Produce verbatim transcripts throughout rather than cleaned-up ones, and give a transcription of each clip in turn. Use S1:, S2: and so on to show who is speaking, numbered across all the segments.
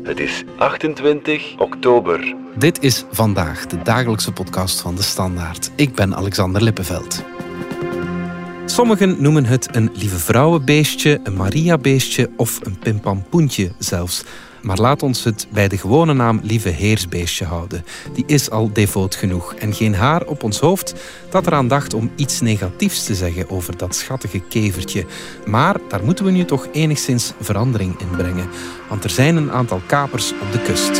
S1: Het is achtentwintig oktober.
S2: Dit is Vandaag, de dagelijkse podcast van De Standaard. Ik ben Alexander Lippenveld. Sommigen noemen het een lieve vrouwenbeestje, een Maria-beestje of een pimpampoentje zelfs. Maar laat ons het bij de gewone naam lieve heersbeestje houden. Die is al devoot genoeg en geen haar op ons hoofd dat eraan dacht om iets negatiefs te zeggen over dat schattige kevertje. Maar daar moeten we nu toch enigszins verandering in brengen. Want er zijn een aantal kapers op de kust.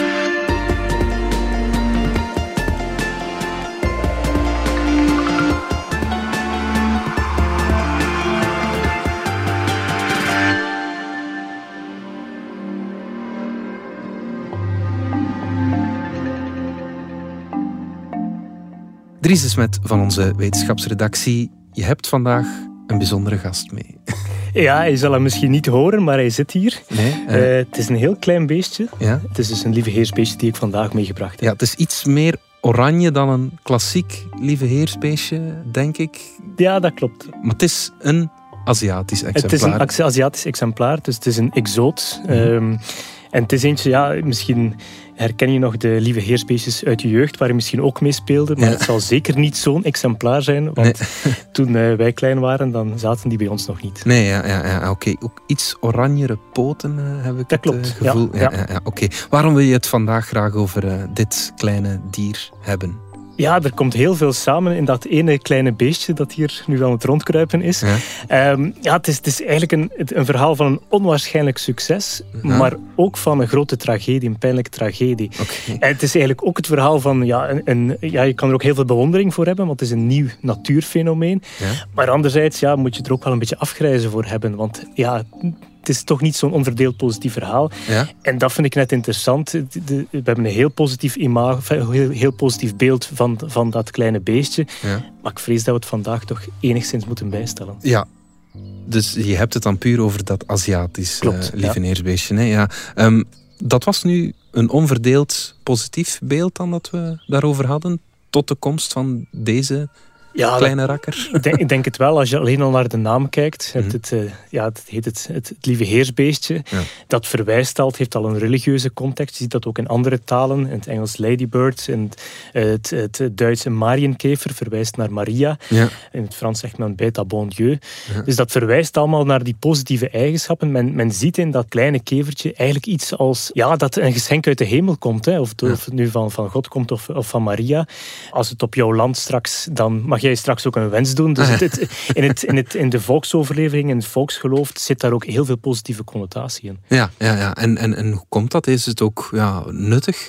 S2: Dries de Smet van onze wetenschapsredactie. Je hebt vandaag een bijzondere gast mee.
S3: Ja, je zal hem misschien niet horen, maar hij zit hier.
S2: Nee, uh...
S3: Uh, het is een heel klein beestje.
S2: Ja?
S3: Het is dus een lieve heersbeestje die ik vandaag meegebracht heb.
S2: Ja, het is iets meer oranje dan een klassiek lieve heersbeestje, denk ik.
S3: Ja, dat klopt.
S2: Maar het is een Aziatisch exemplaar.
S3: Het is een Aziatisch exemplaar, dus het is een exoot. Mm-hmm. Um, en het is eentje, ja, misschien herken je nog de lieve heersbeestjes uit je jeugd, waar je misschien ook mee speelde. Maar ja. Het zal zeker niet zo'n exemplaar zijn, want nee. toen uh, wij klein waren, dan zaten die bij ons nog niet.
S2: Nee, ja, ja, ja oké. Okay. Ook iets oranjere poten uh, heb ik
S3: dat
S2: het
S3: klopt.
S2: Uh, gevoel.
S3: Ja,
S2: ja,
S3: ja.
S2: ja, ja, oké. Okay. Waarom wil je het vandaag graag over uh, dit kleine dier hebben?
S3: Ja, er komt heel veel samen in dat ene kleine beestje dat hier nu aan het rondkruipen is. Ja, um, ja het, is het is eigenlijk een, een verhaal van een onwaarschijnlijk succes, ja. maar ook van een grote tragedie, een pijnlijke tragedie.
S2: Okay.
S3: En het is eigenlijk ook het verhaal van, ja, een, een, ja, je kan er ook heel veel bewondering voor hebben, want het is een nieuw natuurfenomeen. Ja. Maar anderzijds ja, moet je er ook wel een beetje afgrijzen voor hebben, want ja... Het is toch niet zo'n onverdeeld positief verhaal. Ja. En dat vind ik net interessant. De, de, we hebben een heel positief, imago, heel, heel positief beeld van, van dat kleine beestje. Ja. Maar ik vrees dat we het vandaag toch enigszins moeten bijstellen.
S2: Ja, dus je hebt het dan puur over dat Aziatisch uh, lieveneersbeestje. Nee? Ja. Um, dat was nu een onverdeeld positief beeld dan dat we daarover hadden, tot de komst van deze... Ja, kleine rakker.
S3: Ik denk, ik denk het wel, als je alleen al naar de naam kijkt. Het, het, uh, ja, het heet het, het, het lieve heersbeestje. Ja. Dat verwijst al, het heeft al een religieuze context. Je ziet dat ook in andere talen. In het Engels ladybird, in het, het, het Duits een marienkever verwijst naar Maria. Ja. In het Frans zegt men bête à bon Dieu. Ja. Dus dat verwijst allemaal naar die positieve eigenschappen. Men, men ziet in dat kleine kevertje eigenlijk iets als ja, dat een geschenk uit de hemel komt. Hè. Of, ja. of het nu van, van God komt of, of van Maria. Als het op jouw land straks, dan mag jij straks ook een wens doen. Dus het, het, in, het, in, het, in de volksoverlevering, in het volksgeloof, zit daar ook heel veel positieve connotatie in.
S2: Ja, ja, ja. En, en, en hoe komt dat? Is het ook ja, nuttig?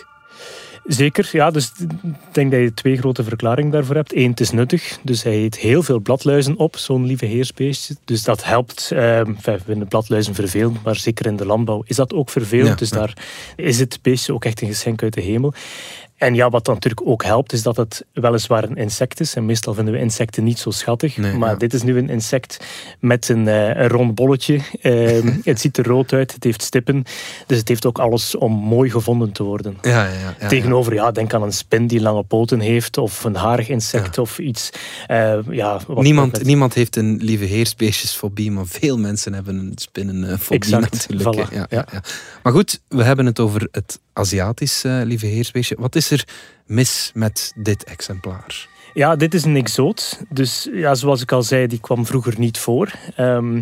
S3: Zeker, ja. Dus ik denk dat je twee grote verklaringen daarvoor hebt. Eén, het is nuttig. Dus hij eet heel veel bladluizen op, zo'n lieve heersbeestje. Dus dat helpt. Eh, we vinden bladluizen vervelend, maar zeker in de landbouw is dat ook vervelend. Ja, dus ja. daar is het beestje ook echt een geschenk uit de hemel. En ja, wat dan natuurlijk ook helpt, is dat het weliswaar een insect is. En meestal vinden we insecten niet zo schattig. Nee, maar ja. dit is nu een insect met een, uh, een rond bolletje. Uh, het ziet er rood uit, het heeft stippen. Dus het heeft ook alles om mooi gevonden te worden.
S2: Ja, ja, ja, ja,
S3: Tegenover, ja, denk aan een spin die lange poten heeft. Of een harig insect ja. of iets. Uh, ja, wat
S2: niemand, met... niemand heeft een lieve heersbeestjesfobie, maar veel mensen hebben een spinnenfobie
S3: exact,
S2: natuurlijk.
S3: Voilà,
S2: ja,
S3: ja.
S2: Ja. Maar goed, we hebben het over het Aziatisch uh, lieve heersbeestje. Wat is er mis met dit exemplaar?
S3: Ja, dit is een exoot. Dus ja, zoals ik al zei, die kwam vroeger niet voor. Um,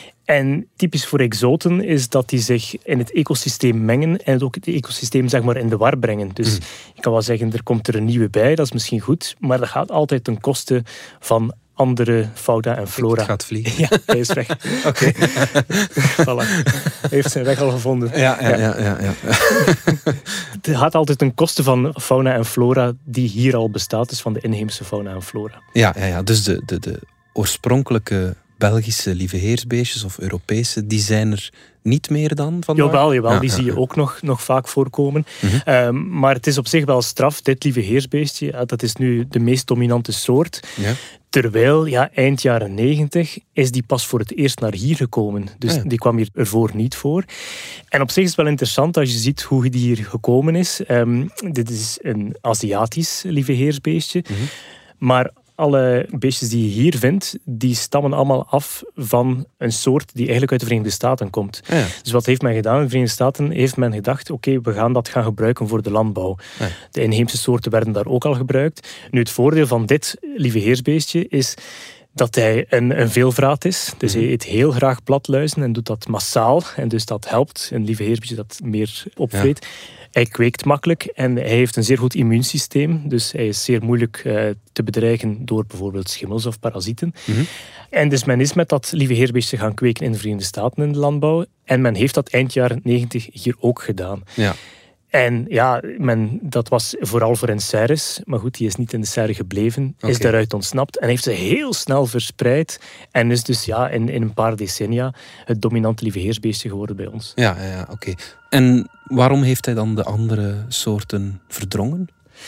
S3: en typisch voor exoten is dat die zich in het ecosysteem mengen en het ook het ecosysteem zeg maar in de war brengen. Dus mm. je kan wel zeggen, er komt er een nieuwe bij, dat is misschien goed, maar dat gaat altijd ten koste van andere fauna en flora.
S2: Het gaat vliegen.
S3: Ja, hij is weg. Oké. Okay. Voilà. Hij heeft zijn weg al gevonden.
S2: Ja, ja, ja. ja, ja.
S3: Het gaat altijd ten koste van fauna en flora die hier al bestaat, dus van de inheemse fauna en flora.
S2: Ja, ja, ja. Dus de, de, de oorspronkelijke Belgische lieve heersbeestjes of Europese, die zijn er niet meer dan vandaag?
S3: Jawel, jawel ja, die ja, zie je ja. ook nog, nog vaak voorkomen. Mm-hmm. Um, maar het is op zich wel straf. Dit lieve heersbeestje, ja, dat is nu de meest dominante soort. Ja. Terwijl, ja, eind jaren negentig is die pas voor het eerst naar hier gekomen. Dus ja. die kwam hier ervoor niet voor. En op zich is het wel interessant als je ziet hoe die hier gekomen is. Um, dit is een Aziatisch lieve heersbeestje. Mm-hmm. Maar alle beestjes die je hier vindt, die stammen allemaal af van een soort die eigenlijk uit de Verenigde Staten komt.
S2: Ja.
S3: Dus wat heeft men gedaan? In de Verenigde Staten heeft men gedacht, oké, okay, we gaan dat gaan gebruiken voor de landbouw. Ja. De inheemse soorten werden daar ook al gebruikt. Nu, het voordeel van dit lieveheersbeestje is dat hij een, een veelvraat is. Dus hij eet heel graag bladluizen en doet dat massaal. En dus dat helpt. Een lieveheersbeestje dat meer opvreet. Ja. Hij kweekt makkelijk en hij heeft een zeer goed immuunsysteem. Dus hij is zeer moeilijk uh, te bedreigen door bijvoorbeeld schimmels of parasieten. Mm-hmm. En dus men is met dat lieveheersbeestje gaan kweken in de Verenigde Staten in de landbouw. En men heeft dat eind jaren negentig hier ook gedaan. Ja. En ja, men, dat was vooral voor een Ceres. Maar goed, die is niet in de serre gebleven. Okay. Is daaruit ontsnapt en heeft ze heel snel verspreid. En is dus ja, in, in een paar decennia het dominante lieveheersbeestje geworden bij ons.
S2: Ja, ja, oké. Okay. En waarom heeft hij dan de andere soorten verdrongen?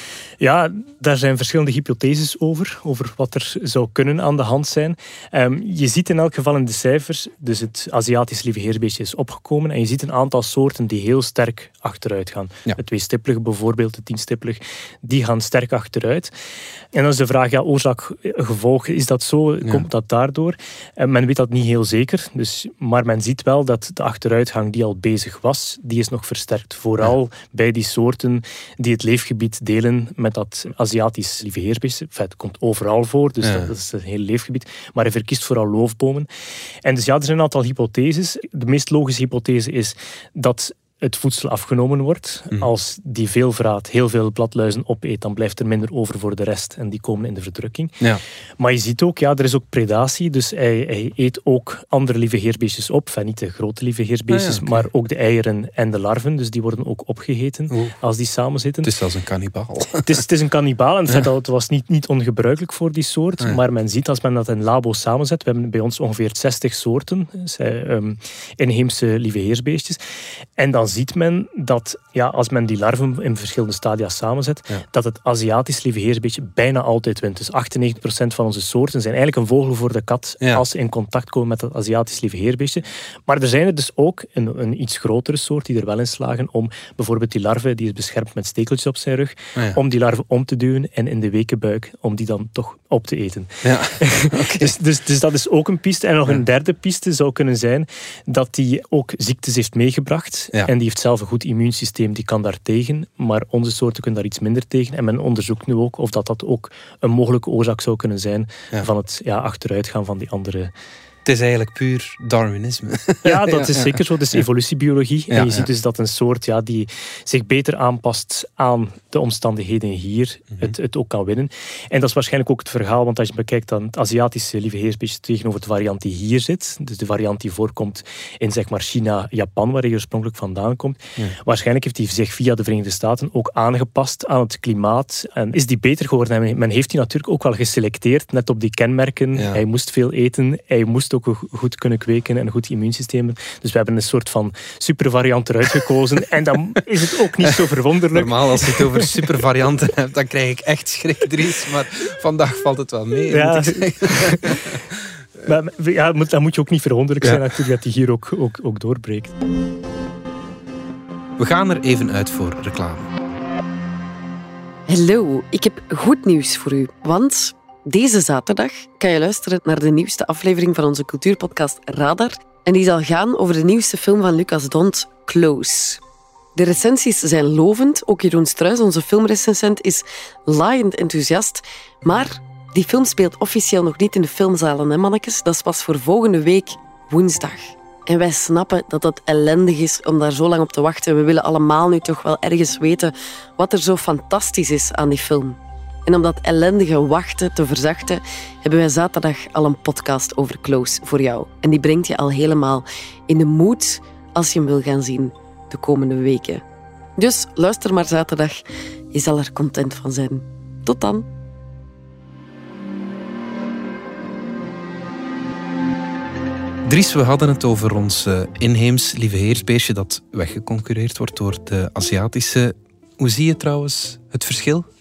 S3: Ja, daar zijn verschillende hypotheses over, over wat er zou kunnen aan de hand zijn. Um, je ziet in elk geval in de cijfers, dus het Aziatisch lieveheersbeestje is opgekomen en je ziet een aantal soorten die heel sterk achteruit gaan. Ja. Het tweestippelige bijvoorbeeld, het tienstippelig, die gaan sterk achteruit. En dan is de vraag, ja, oorzaak, gevolg, is dat zo? Ja. Komt dat daardoor? Uh, men weet dat niet heel zeker, dus, maar men ziet wel dat de achteruitgang die al bezig was, die is nog versterkt. Vooral ja. bij die soorten die het leefgebied delen met dat Aziatisch lieveheersbeestje. Enfin, het komt overal voor, dus ja. dat is een heel leefgebied. Maar hij verkiest vooral loofbomen. En dus ja, er zijn een aantal hypotheses. De meest logische hypothese is dat het voedsel afgenomen wordt. Mm. Als die veelvraat heel veel bladluizen opeet, dan blijft er minder over voor de rest en die komen in de verdrukking. Ja. Maar je ziet ook, ja, er is ook predatie, dus hij, hij eet ook andere lieveheersbeestjes op. Enfin, niet de grote lieveheersbeestjes, ah, ja, okay. maar ook de eieren en de larven, dus die worden ook opgegeten Oeh. als die samen zitten.
S2: Het is als een kannibaal.
S3: Het is, het is een kannibaal en ja. het was niet, niet ongebruikelijk voor die soort, ah, ja. maar men ziet als men dat in labo samenzet, we hebben bij ons ongeveer zestig soorten, dus, um, inheemse lieveheersbeestjes, en dan ziet men dat ja, als men die larven in verschillende stadia samenzet, ja. dat het Aziatisch lieveheersbeestje bijna altijd wint. Dus achtennegentig procent van onze soorten zijn eigenlijk een vogel voor de kat ja. als ze in contact komen met het Aziatisch lieveheersbeestje. Maar er zijn er dus ook een, een iets grotere soort die er wel in slagen om bijvoorbeeld die larve, die is beschermd met stekeltjes op zijn rug, ja. om die larve om te duwen en in de wekenbuik om die dan toch op te eten. Ja. Okay. dus, dus, dus dat is ook een piste. En nog ja. een derde piste zou kunnen zijn dat die ook ziektes heeft meegebracht ja. en die heeft zelf een goed immuunsysteem, die kan daar tegen, maar onze soorten kunnen daar iets minder tegen. En men onderzoekt nu ook of dat, dat ook een mogelijke oorzaak zou kunnen zijn ja. van het ja, achteruitgaan van die andere.
S2: Het is eigenlijk puur Darwinisme.
S3: Ja, dat is zeker zo. Het is evolutiebiologie. Ja, en je ja. ziet dus dat een soort ja, die zich beter aanpast aan de omstandigheden hier, mm-hmm. het, het ook kan winnen. En dat is waarschijnlijk ook het verhaal, want als je bekijkt dan het Aziatische lieveheersbeestje tegenover de variant die hier zit, dus de variant die voorkomt in zeg maar China, Japan, waar hij oorspronkelijk vandaan komt, ja. waarschijnlijk heeft hij zich via de Verenigde Staten ook aangepast aan het klimaat en is die beter geworden. En men heeft die natuurlijk ook wel geselecteerd, net op die kenmerken. Ja. Hij moest veel eten, hij moest ook goed kunnen kweken en een goed immuunsysteem. Dus we hebben een soort van supervariant eruit gekozen. En dan is het ook niet zo verwonderlijk.
S2: Normaal, als je het over supervarianten hebt, dan krijg ik echt schrik, Dries. Maar vandaag valt het wel mee.
S3: Ja. Maar ja, dan moet je ook niet verwonderlijk zijn ja. natuurlijk dat die hier ook, ook, ook doorbreekt.
S2: We gaan er even uit voor reclame.
S4: Hallo, ik heb goed nieuws voor u. Want deze zaterdag kan je luisteren naar de nieuwste aflevering van onze cultuurpodcast Radar. En die zal gaan over de nieuwste film van Lucas Dont, Close. De recensies zijn lovend. Ook Jeroen Struijs, onze filmrecensent, is laaiend enthousiast. Maar die film speelt officieel nog niet in de filmzalen, hè, mannetjes? Dat is pas voor volgende week woensdag. En wij snappen dat het ellendig is om daar zo lang op te wachten. We willen allemaal nu toch wel ergens weten wat er zo fantastisch is aan die film. En om dat ellendige wachten te verzachten, hebben wij zaterdag al een podcast over Close voor jou. En die brengt je al helemaal in de mood als je hem wil gaan zien de komende weken. Dus luister maar zaterdag. Je zal er content van zijn. Tot dan.
S2: Dries, we hadden het over ons uh, inheems lieveheersbeestje dat weggeconcurreerd wordt door de Aziatische. Hoe zie je trouwens het verschil?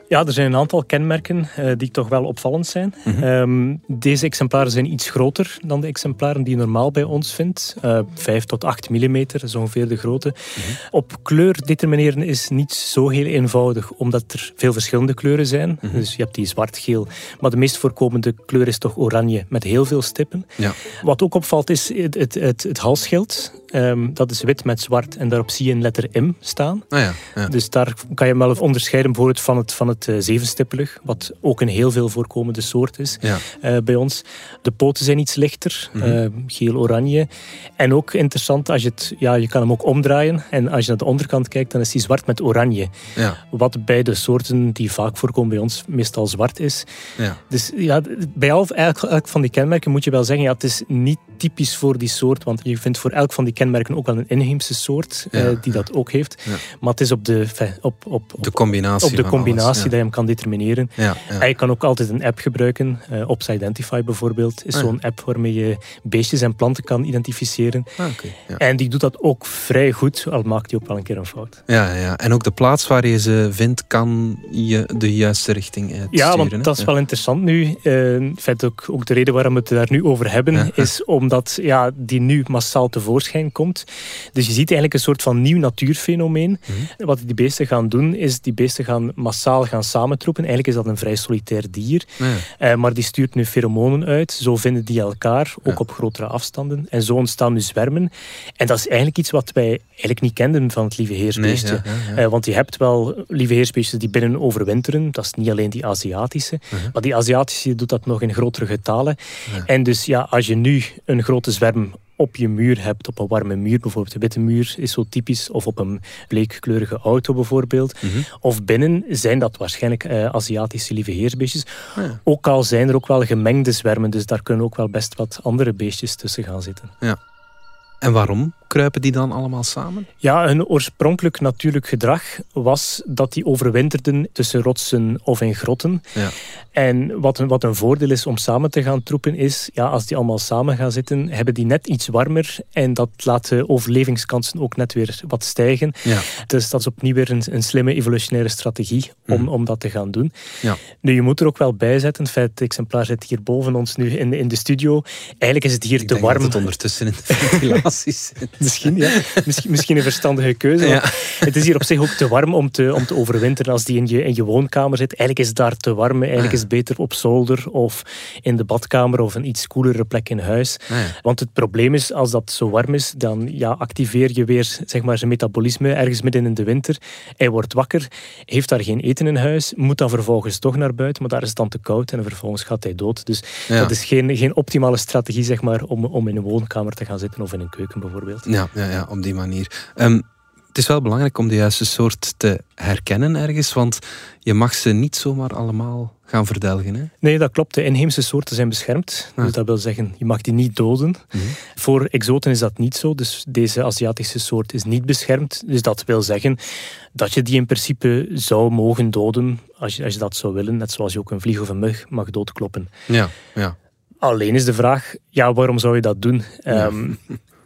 S3: Ja, er zijn een aantal kenmerken uh, die toch wel opvallend zijn. Mm-hmm. Um, deze exemplaren zijn iets groter dan de exemplaren die je normaal bij ons vindt. Uh, vijf tot acht millimeter is ongeveer de grootte. Mm-hmm. Op kleur determineren is niet zo heel eenvoudig, omdat er veel verschillende kleuren zijn. Mm-hmm. Dus je hebt die zwart-geel, maar de meest voorkomende kleur is toch oranje met heel veel stippen. Ja. Wat ook opvalt is het, het, het, het halsschild. Um, dat is wit met zwart en daarop zie je een letter M staan. Ah ja, ja. Dus daar kan je hem wel onderscheiden bijvoorbeeld van het, van het uh, zevenstippelig, wat ook een heel veel voorkomende soort is ja. uh, bij ons. De poten zijn iets lichter, mm-hmm. uh, geel-oranje. En ook interessant, als je, het, ja, je kan hem ook omdraaien en als je naar de onderkant kijkt, dan is hij zwart met oranje. Ja. Wat bij de soorten die vaak voorkomen bij ons meestal zwart is. Ja. Dus ja, bij elk, elk, elk van die kenmerken moet je wel zeggen, ja, het is niet typisch voor die soort, want je vindt voor elk van die kenmerken ook wel een inheemse soort ja, uh, die ja. dat ook heeft. Ja. Maar het is op de, op, op, op,
S2: de combinatie,
S3: op de combinatie
S2: alles, ja.
S3: dat je hem kan determineren. Ja, ja. En je kan ook altijd een app gebruiken. Uh, Opsidentify bijvoorbeeld is ah, zo'n ja. app waarmee je beestjes en planten kan identificeren. Ah, okay, ja. En die doet dat ook vrij goed, al maakt hij ook wel een keer een fout.
S2: Ja, ja. En ook de plaats waar je ze vindt, kan je de juiste richting uitsturen.
S3: Ja, want hè? dat is ja. wel interessant nu. Uh, in feite ook, ook de reden waarom we het daar nu over hebben, ja. is omdat ja, die nu massaal tevoorschijn komt. Dus je ziet eigenlijk een soort van nieuw natuurfenomeen. Mm-hmm. Wat die beesten gaan doen, is die beesten gaan massaal gaan samentroepen. Eigenlijk is dat een vrij solitair dier. Ja. Uh, maar die stuurt nu pheromonen uit. Zo vinden die elkaar, ook ja. op grotere afstanden. En zo ontstaan nu zwermen. En dat is eigenlijk iets wat wij eigenlijk niet kenden van het lieveheersbeestje. Nee, ja, ja, ja. uh, want je hebt wel lieveheersbeestjes die binnen overwinteren. Dat is niet alleen die Aziatische. Uh-huh. Maar die Aziatische doet dat nog in grotere getalen. Ja. En dus ja, als je nu een grote zwerm op je muur hebt, op een warme muur bijvoorbeeld. Een witte muur is zo typisch, of op een bleekkleurige auto bijvoorbeeld. Mm-hmm. Of binnen zijn dat waarschijnlijk uh, Aziatische lieveheersbeestjes. Ah, ja. Ook al zijn er ook wel gemengde zwermen, dus daar kunnen ook wel best wat andere beestjes tussen gaan zitten.
S2: Ja. En waarom kruipen die dan allemaal samen?
S3: Ja, hun oorspronkelijk natuurlijk gedrag was dat die overwinterden tussen rotsen of in grotten. Ja. En wat een, wat een voordeel is om samen te gaan troepen is, ja, als die allemaal samen gaan zitten, hebben die net iets warmer en dat laat de overlevingskansen ook net weer wat stijgen. Ja. Dus dat is opnieuw weer een, een slimme evolutionaire strategie om, mm. om dat te gaan doen. Ja. Nu, je moet er ook wel bij zetten, het exemplaar zit hier boven ons nu in, in de studio. Eigenlijk is het hier
S2: Ik
S3: te
S2: denk
S3: warm.
S2: Dat het ondertussen in de ventilatie zit.
S3: Misschien, ja. Misschien, misschien een verstandige keuze. Ja. Het is hier op zich ook te warm om te, om te overwinteren als die in je, in je woonkamer zit. Eigenlijk is het daar te warm. Eigenlijk ah, ja. is het beter op zolder of in de badkamer of een iets koelere plek in huis. Ah, ja. Want het probleem is, als dat zo warm is, dan ja, activeer je weer zeg maar, zijn metabolisme ergens midden in de winter. Hij wordt wakker, heeft daar geen eten in huis, moet dan vervolgens toch naar buiten, maar daar is het dan te koud en vervolgens gaat hij dood. Dus ja. dat is geen, geen optimale strategie zeg maar, om, om in een woonkamer te gaan zitten of in een keuken bijvoorbeeld.
S2: Ja, ja, ja op die manier. Um, het is wel belangrijk om de juiste soort te herkennen ergens, want je mag ze niet zomaar allemaal gaan verdelgen. Hè?
S3: Nee, dat klopt. De inheemse soorten zijn beschermd. Ah. Dus dat wil zeggen, je mag die niet doden. Mm-hmm. Voor exoten is dat niet zo. Dus deze Aziatische soort is niet beschermd. Dus dat wil zeggen dat je die in principe zou mogen doden als je, als je dat zou willen. Net zoals je ook een vlieg of een mug mag doodkloppen. Ja, ja. Alleen is de vraag, ja, waarom zou je dat doen? Ja. Um,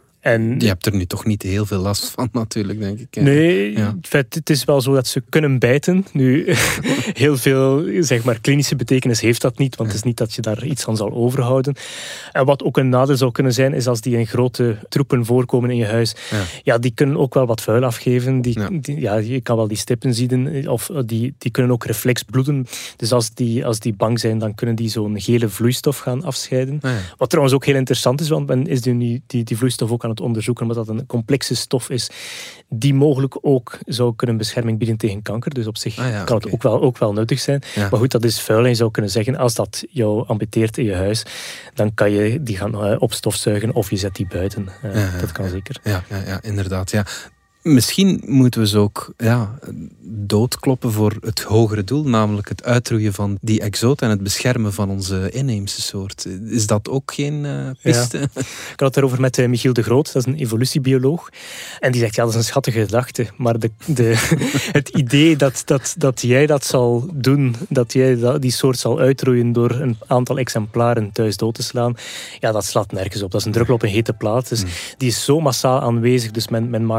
S3: En
S2: je hebt er nu toch niet heel veel last van natuurlijk, denk ik.
S3: Nee, ja. Het is wel zo dat ze kunnen bijten. Nu, heel veel zeg maar, klinische betekenis heeft dat niet, want ja. het is niet dat je daar iets aan zal overhouden. En wat ook een nadeel zou kunnen zijn, is als die in grote troepen voorkomen in je huis. Ja, ja die kunnen ook wel wat vuil afgeven. Die, ja. Die, ja, je kan wel die stippen zien, of die, die kunnen ook reflex bloeden. Dus als die, als die bang zijn, dan kunnen die zo'n gele vloeistof gaan afscheiden. Ja. Wat trouwens ook heel interessant is, want men is die, die, die vloeistof ook aan het onderzoeken, omdat dat een complexe stof is die mogelijk ook zou kunnen bescherming bieden tegen kanker. Dus op zich ah ja, kan okay. het ook wel, ook wel nuttig zijn. Ja. Maar goed, dat is vuil en je zou kunnen zeggen, als dat jou ambeteert in je huis, dan kan je die gaan uh, opstofzuigen of je zet die buiten. Uh, ja, ja, dat kan
S2: ja.
S3: zeker.
S2: Ja, ja, ja, inderdaad. Ja. Misschien moeten we ze ook ja, doodkloppen voor het hogere doel, namelijk het uitroeien van die exoten en het beschermen van onze inheemse soort. Is dat ook geen uh, piste? Ja.
S3: Ik had het daarover met uh, Michiel de Groot, dat is een evolutiebioloog. En die zegt, ja, dat is een schattige gedachte, maar de, de, het idee dat, dat, dat jij dat zal doen, dat jij die soort zal uitroeien door een aantal exemplaren thuis dood te slaan, ja, dat slaat nergens op. Dat is een druppel op een hete plaat. Dus mm. die is zo massaal aanwezig, dus men, men maakt van die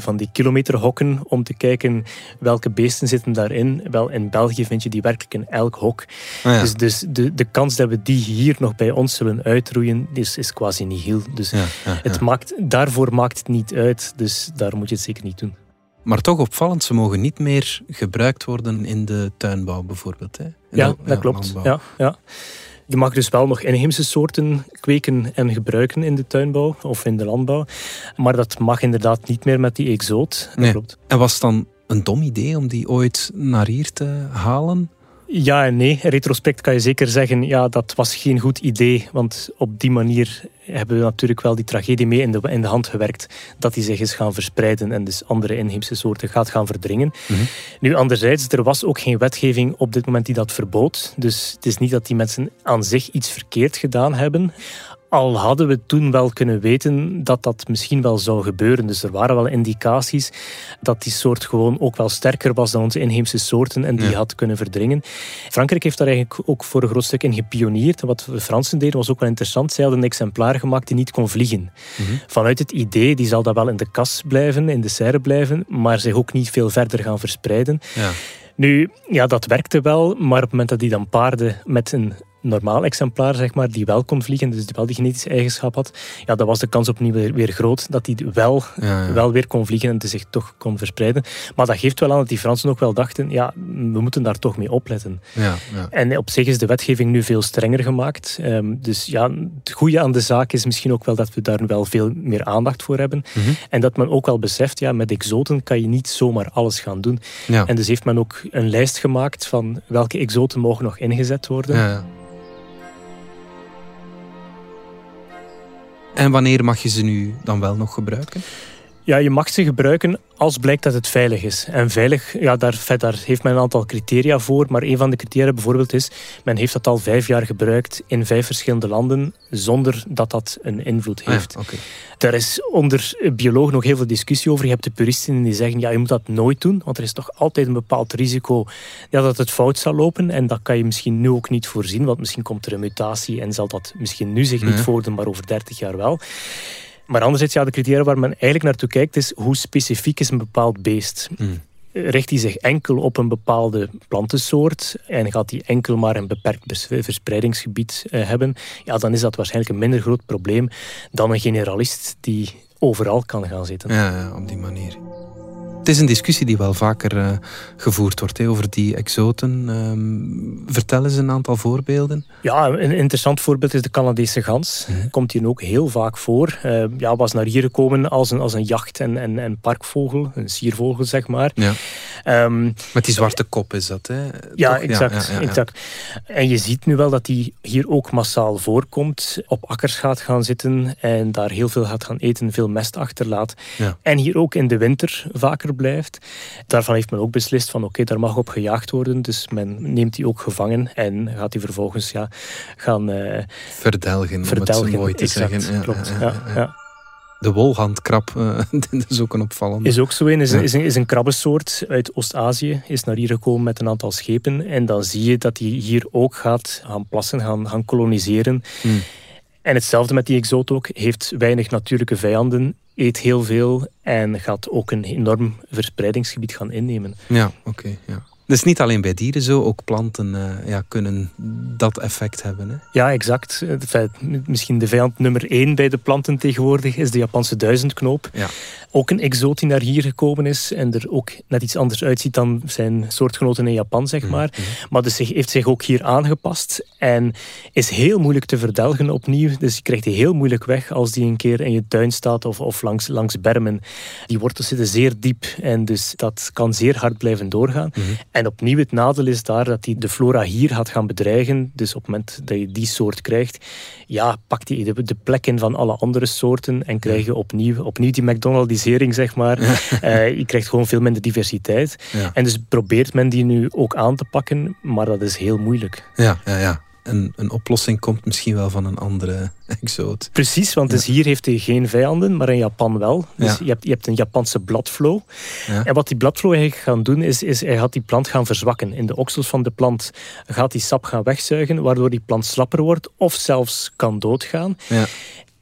S3: van die kilometerhokken om te kijken welke beesten zitten daarin. Wel, in België vind je die werkelijk in elk hok. Ah, ja. Dus, dus de, de kans dat we die hier nog bij ons zullen uitroeien, is, is quasi nihil. Dus ja, ja, ja. Het maakt, daarvoor maakt het niet uit. Dus daar moet je het zeker niet doen.
S2: Maar toch opvallend, ze mogen niet meer gebruikt worden in de tuinbouw bijvoorbeeld. Hè?
S3: Ja, de, dat ja, klopt. Ja, ja. Je mag dus wel nog inheemse soorten kweken en gebruiken in de tuinbouw of in de landbouw. Maar dat mag inderdaad niet meer met die exoot.
S2: Nee.
S3: Klopt.
S2: En was het dan een dom idee om die ooit naar hier te halen?
S3: Ja en nee. In retrospect kan je zeker zeggen, ja, dat was geen goed idee. Want op die manier hebben we natuurlijk wel die tragedie mee in de, in de hand gewerkt. Dat die zich is gaan verspreiden en dus andere inheemse soorten gaat gaan verdringen. Mm-hmm. Nu, anderzijds, er was ook geen wetgeving op dit moment die dat verbood. Dus het is niet dat die mensen aan zich iets verkeerd gedaan hebben. Al hadden we toen wel kunnen weten dat dat misschien wel zou gebeuren. Dus er waren wel indicaties dat die soort gewoon ook wel sterker was dan onze inheemse soorten en die ja. had kunnen verdringen. Frankrijk heeft daar eigenlijk ook voor een groot stuk in gepioneerd. Wat de Fransen deden was ook wel interessant. Zij hadden een exemplaar gemaakt die niet kon vliegen. Mm-hmm. Vanuit het idee, die zal dat wel in de kas blijven, in de serre blijven, maar zich ook niet veel verder gaan verspreiden. Ja. Nu, ja, dat werkte wel, maar op het moment dat die dan paarden met een normaal exemplaar, zeg maar, die wel kon vliegen, dus die wel die genetische eigenschap had, ja, dan was de kans opnieuw weer, weer groot dat die wel, ja, ja. wel weer kon vliegen en zich toch kon verspreiden. Maar dat geeft wel aan dat die Fransen ook wel dachten, ja, we moeten daar toch mee opletten. Ja, ja. En op zich is de wetgeving nu veel strenger gemaakt. Um, dus ja, het goede aan de zaak is misschien ook wel dat we daar wel veel meer aandacht voor hebben. Mm-hmm. En dat men ook wel beseft, ja, met exoten kan je niet zomaar alles gaan doen. Ja. En dus heeft men ook een lijst gemaakt van welke exoten mogen nog ingezet worden. Ja, ja.
S2: En wanneer mag je ze nu dan wel nog gebruiken?
S3: Ja, je mag ze gebruiken als blijkt dat het veilig is. En veilig, ja, daar, daar heeft men een aantal criteria voor. Maar een van de criteria bijvoorbeeld is, men heeft dat al vijf jaar gebruikt in vijf verschillende landen, zonder dat dat een invloed heeft. Ah ja, okay. Daar is onder biologen nog heel veel discussie over. Je hebt de puristen die zeggen, ja, je moet dat nooit doen, want er is toch altijd een bepaald risico ja, dat het fout zal lopen. En dat kan je misschien nu ook niet voorzien, want misschien komt er een mutatie en zal dat misschien nu zich niet ja. voordoen, maar over dertig jaar wel. Maar anderzijds, ja, de criteria waar men eigenlijk naartoe kijkt, is hoe specifiek is een bepaald beest. Mm. Richt hij zich enkel op een bepaalde plantensoort en gaat hij enkel maar een beperkt verspreidingsgebied uh, hebben, ja, dan is dat waarschijnlijk een minder groot probleem dan een generalist die overal kan gaan zitten.
S2: Ja, ja, op die manier. Het is een discussie die wel vaker uh, gevoerd wordt, hè, over die exoten. Um, vertel eens een aantal voorbeelden.
S3: Ja, een interessant voorbeeld is de Canadese gans. Mm-hmm. Komt hier ook heel vaak voor. Uh, ja, was naar hier gekomen als een, als een jacht- en, en, en parkvogel. Een siervogel, zeg maar. Ja.
S2: Um, Met die zwarte kop is dat, hè?
S3: Ja, exact, ja, ja, ja, ja. exact. En je ziet nu wel dat die hier ook massaal voorkomt. Op akkers gaat gaan zitten en daar heel veel gaat gaan eten. Veel mest achterlaat. Ja. En hier ook in de winter vaker blijft. Daarvan heeft men ook beslist van oké, okay, daar mag op gejaagd worden. Dus men neemt die ook gevangen en gaat die vervolgens ja, gaan uh,
S2: verdelgen, verdelgen, om het zo mooi te
S3: exact,
S2: zeggen. Ja,
S3: klopt,
S2: ja,
S3: ja,
S2: ja.
S3: ja.
S2: De wolhandkrab, uh, dat is ook een opvallende.
S3: Is ook zo een, is, ja. is een, is een krabbensoort uit Oost-Azië, is naar hier gekomen met een aantal schepen. En dan zie je dat hij hier ook gaat gaan plassen, gaan, gaan koloniseren. Hmm. En hetzelfde met die exoot ook, heeft weinig natuurlijke vijanden, eet heel veel en gaat ook een enorm verspreidingsgebied gaan innemen.
S2: Ja, oké. Okay, ja. Dus niet alleen bij dieren zo, ook planten uh, ja, kunnen dat effect hebben. Hè?
S3: Ja, exact. Misschien de vijand nummer één bij de planten tegenwoordig is de Japanse duizendknoop. Ja. Ook een exoot die naar hier gekomen is en er ook net iets anders uitziet dan zijn soortgenoten in Japan, zeg maar. Mm-hmm. Maar dus heeft zich ook hier aangepast en is heel moeilijk te verdelgen opnieuw. Dus je krijgt die heel moeilijk weg als die een keer in je tuin staat of, of langs, langs bermen. Die wortels zitten zeer diep en dus dat kan zeer hard blijven doorgaan. Mm-hmm. En opnieuw het nadeel is daar dat die de flora hier gaat gaan bedreigen. Dus op het moment dat je die soort krijgt, ja, pakt die de, de plek in van alle andere soorten en krijg je opnieuw, opnieuw die McDonaldisering, zeg maar. uh, je krijgt gewoon veel minder diversiteit. Ja. En dus probeert men die nu ook aan te pakken, maar dat is heel moeilijk.
S2: Ja, ja, ja. Een, een oplossing komt misschien wel van een andere exoot.
S3: Precies, want ja. dus hier heeft hij geen vijanden, maar in Japan wel. Dus ja. je, hebt, je hebt een Japanse bladflow. Ja. En wat die bladflow eigenlijk gaat doen, is, is hij gaat die plant gaan verzwakken. In de oksels van de plant gaat die sap gaan wegzuigen, waardoor die plant slapper wordt of zelfs kan doodgaan. Ja.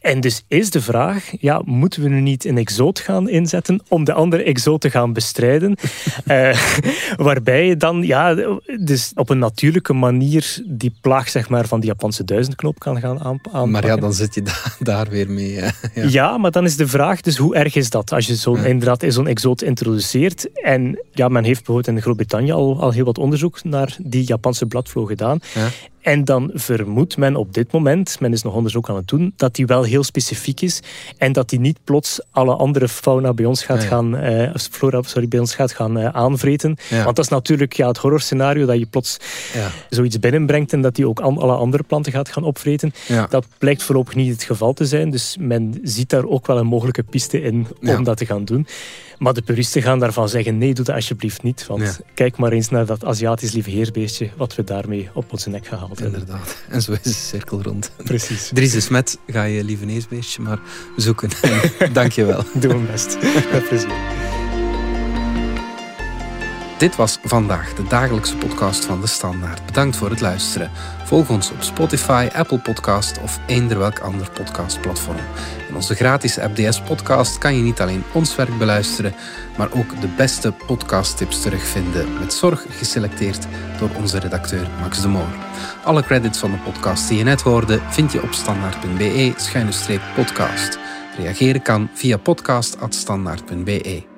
S3: En dus is de vraag, ja, moeten we nu niet een exoot gaan inzetten om de andere exoot te gaan bestrijden? uh, waarbij je dan ja, dus op een natuurlijke manier die plaag zeg maar, van die Japanse duizendknop kan gaan aanpakken.
S2: Maar ja, dan zit je da- daar weer mee. Hè. Ja.
S3: ja, maar dan is de vraag, dus hoe erg is dat? Als je zo, ja. inderdaad zo'n exoot introduceert. En ja, men heeft bijvoorbeeld in Groot-Brittannië al, al heel wat onderzoek naar die Japanse bladvloer gedaan. Ja. En dan vermoedt men op dit moment, men is nog onderzoek aan het doen, dat die wel heel specifiek is en dat die niet plots alle andere fauna bij ons gaat ja, ja. gaan, uh, flora, sorry, bij ons gaat gaan uh, aanvreten. Ja. Want dat is natuurlijk ja, het horrorscenario dat je plots ja. zoiets binnenbrengt en dat die ook an, alle andere planten gaat gaan opvreten. Ja. Dat blijkt voorlopig niet het geval te zijn, dus men ziet daar ook wel een mogelijke piste in om ja. dat te gaan doen. Maar de puristen gaan daarvan zeggen, nee, doe dat alsjeblieft niet. Want ja. kijk maar eens naar dat Aziatisch lieveheersbeestje, wat we daarmee op onze nek gehaald hebben.
S2: Inderdaad. En zo is de cirkel rond.
S3: Precies.
S2: Dries de Smet, ga je lieveheersbeestje maar zoeken. Dank je wel.
S3: Doe mijn best. Met plezier.
S2: Dit was vandaag de dagelijkse podcast van De Standaard. Bedankt voor het luisteren. Volg ons op Spotify, Apple Podcast of eender welk ander podcastplatform. In onze gratis app D S Podcast kan je niet alleen ons werk beluisteren, maar ook de beste podcasttips terugvinden, met zorg geselecteerd door onze redacteur Max de Moor. Alle credits van de podcast die je net hoorde vind je op standaard.be schuine streep podcast. Reageren kan via podcast apenstaartje standaard punt be.